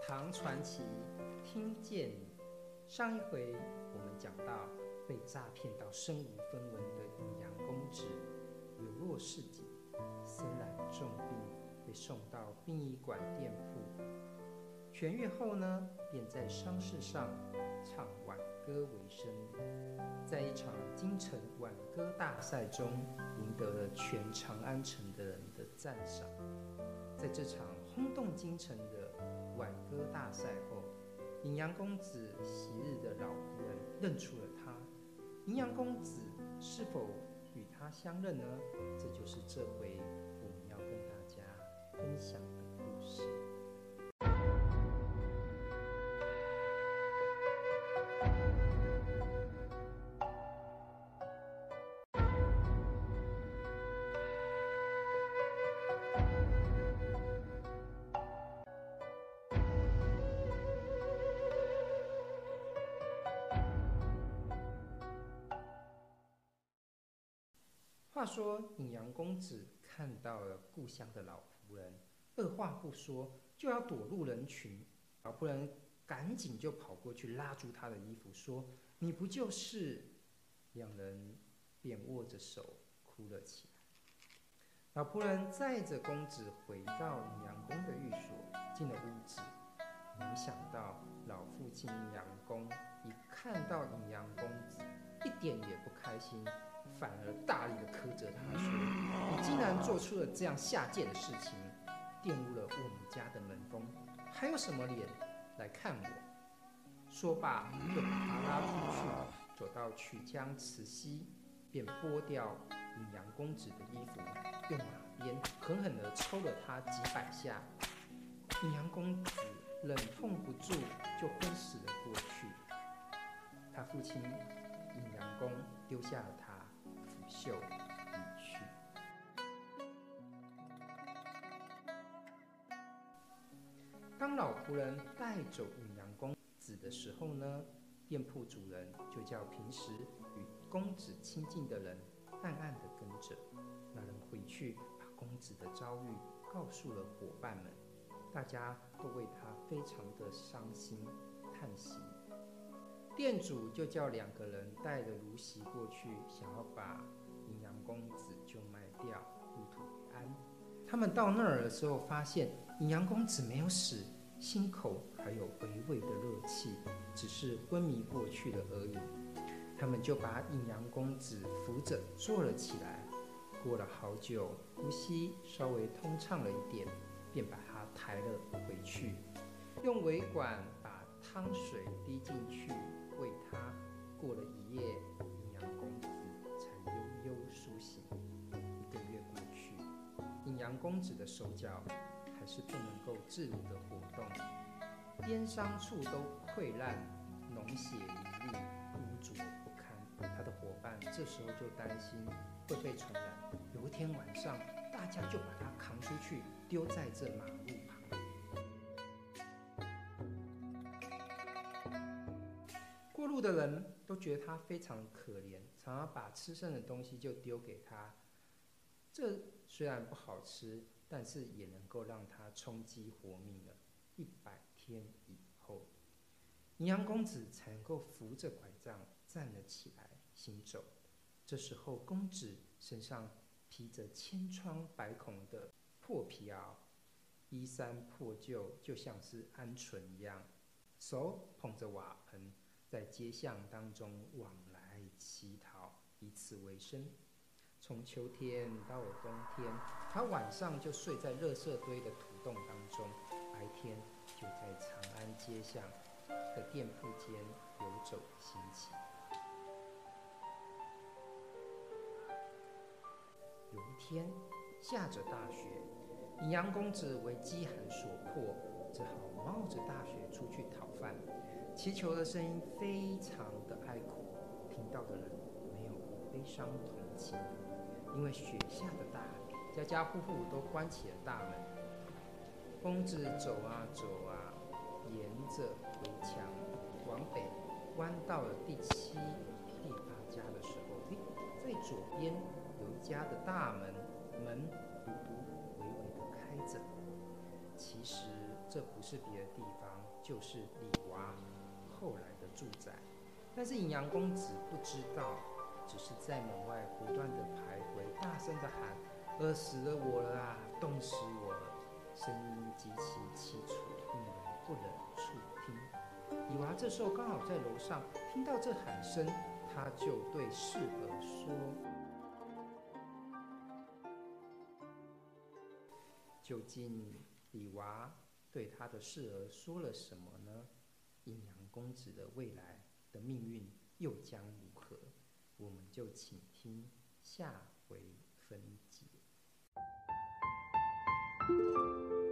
唐传奇，听见你。上一回我们讲到被诈骗到身无分文的隐阳公子流落市井，身染重病，被送到殡仪馆店铺。痊愈后呢，便在丧事上唱挽歌为生，在一场京城挽歌大赛中赢得了全长安城的人的赞赏。在这场轰动京城的挽歌大赛后，隐阳公子昔日的老仆人认出了他。隐阳公子是否与他相认呢？这就是这回我们要跟大家分享的故事。话说隐阳公子看到了故乡的老仆人，二话不说就要躲入人群。老仆人赶紧就跑过去拉住他的衣服说：“你不就是……”两人便握着手哭了起来。老仆人载着公子回到隐阳公的寓所，进了屋子，没想到老父亲隐阳公一看到隐阳公子，一点也不开心，反而大力的苛责他说：“你竟然做出了这样下贱的事情，玷污了我们家的门风，还有什么脸来看我？”说罢，就把他拉出去，走到曲江慈溪，便剥掉隐阳公子的衣服，用马鞭狠狠地抽了他几百下。隐阳公子忍痛不住，就昏死了过去。他父亲隐阳公丢下了他，拂袖离去。当老仆人带走隐阳公子的时候呢，店铺主人就叫平时与公子亲近的人暗暗地跟着。那人回去把公子的遭遇告诉了伙伴们，大家都为他非常的伤心叹息。店主就叫两个人带着芦席过去，想要把隐阳公子就卖掉，入土为安。他们到那儿的时候，发现隐阳公子没有死，心口还有微微的热气，只是昏迷过去了而已。他们就把隐阳公子扶着坐了起来。过了好久，呼吸稍微通畅了一点，便把他抬了回去，用维管把汤水滴进去喂他。过了一夜，隐阳公子才悠悠苏醒。1个月过去，隐阳公子的手脚还是不能够自如的活动，鞭伤处都溃烂，脓血淋漓，污浊不堪。他的伙伴这时候就担心会被传染。有一天晚上，大家就把他扛出去，丢在这马路旁。过路的人都觉得他非常可怜，常常把吃剩的东西就丢给他。这虽然不好吃，但是也能够让他充饥活命了。100天以后，隐阳公子才能够扶着拐杖站了起来，行走。这时候，公子身上披着千疮百孔的破皮袄，衣衫破旧，就像是鹌鹑一样，手捧着瓦盆，在街巷当中往来乞讨，以此为生。从秋天到了冬天，他晚上就睡在垃圾堆的土洞当中，白天就在长安街巷的店铺间游走行乞。有一天下着大雪，隐阳公子为饥寒所迫，只好冒着大雪出去讨饭。祈求的声音非常的哀苦，听到的人没有悲伤同情，因为雪下的大，家家户户都关起了大门。公子走啊走啊，沿着围墙往北弯到了第7、第8家的时候，在左边有一家的大门，门独独微微的开着。 其实这不是别的地方，就是李娃后来的住宅。但是隐阳公子不知道，只是在门外不断的徘徊，大声的喊：饿死了我了啊，冻死我了！声音极其凄楚，令人不忍触听。李娃这时候刚好在楼上听到这喊声，他就对侍儿说：究竟李娃对他的侍儿说了什么呢？隐阳公子的未来的命运又将如何？我们就请听下回分解。